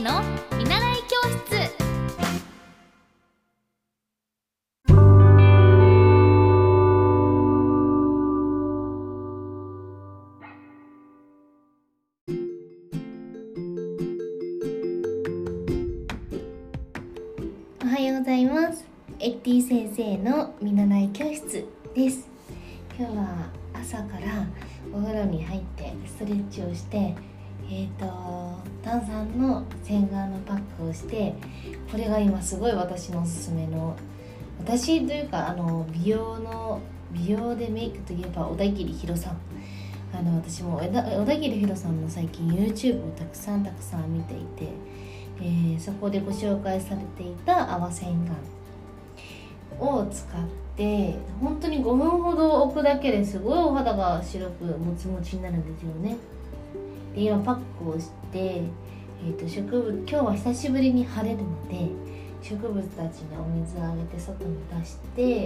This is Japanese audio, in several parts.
の見習い教室。おはようございます。エッティ先生の見習い教室です。今日は朝からお風呂に入ってストレッチをして、炭酸の洗顔のパックをして、これが今すごい私のおすすめの、私というか美容でメイクといえば小田切ヒロさん、私も小田切ヒロさんの最近 YouTube をたくさん見ていて、そこでご紹介されていた泡洗顔を使って本当に5分ほど置くだけですごいお肌が白くもちもちになるんですよね。で今パックをして、今日は久しぶりに晴れるので植物たちにお水をあげて外に出して、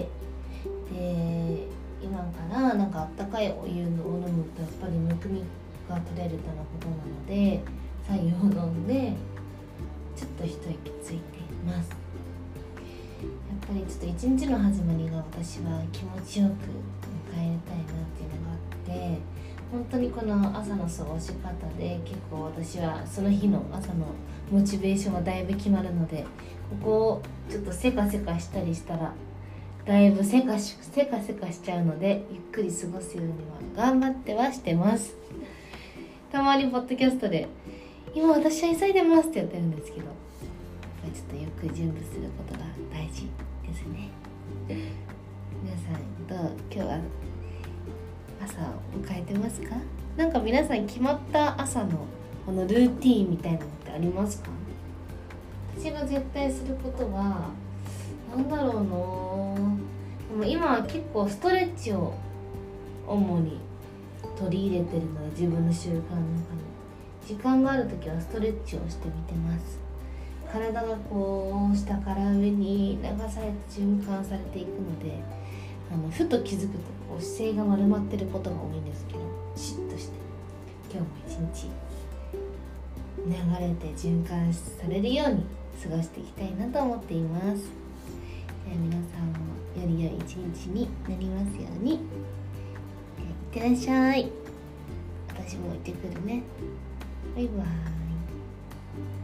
で今からなんかあったかいお湯を飲むとやっぱりむくみが取れるとのことなので白湯を飲んでちょっと一息ついています。やっぱりちょっと一日の始まりが私は気持ちよく迎えたいなっていうのがあって、本当にこの朝の過ごし方で結構私はその日の朝のモチベーションがだいぶ決まるので、ここをちょっとせかせかしたりしたらだいぶせかしちゃうので、ゆっくり過ごすようには頑張ってはしてます。たまにポッドキャストで今私は急いでますってやってるんですけど、ちょっとゆっくり準備することが大事ですね。皆さんどう今日は朝を迎えてますか？なんか皆さん決まった朝のこのルーティーンみたいなのってありますか？私が絶対することはなんだろうな。でも今は結構ストレッチを主に取り入れてるので、自分の習慣の中に時間があるときはストレッチをしてみてます。体がこう下から上に流されて循環されていくので、ふと気づくとこう姿勢が丸まってることが多いんですけど、シッとして今日も一日流れて循環されるように過ごしていきたいなと思っています。皆さんもより良い一日になりますように。いってらっしゃい。私も行ってくるね。バイバーイ。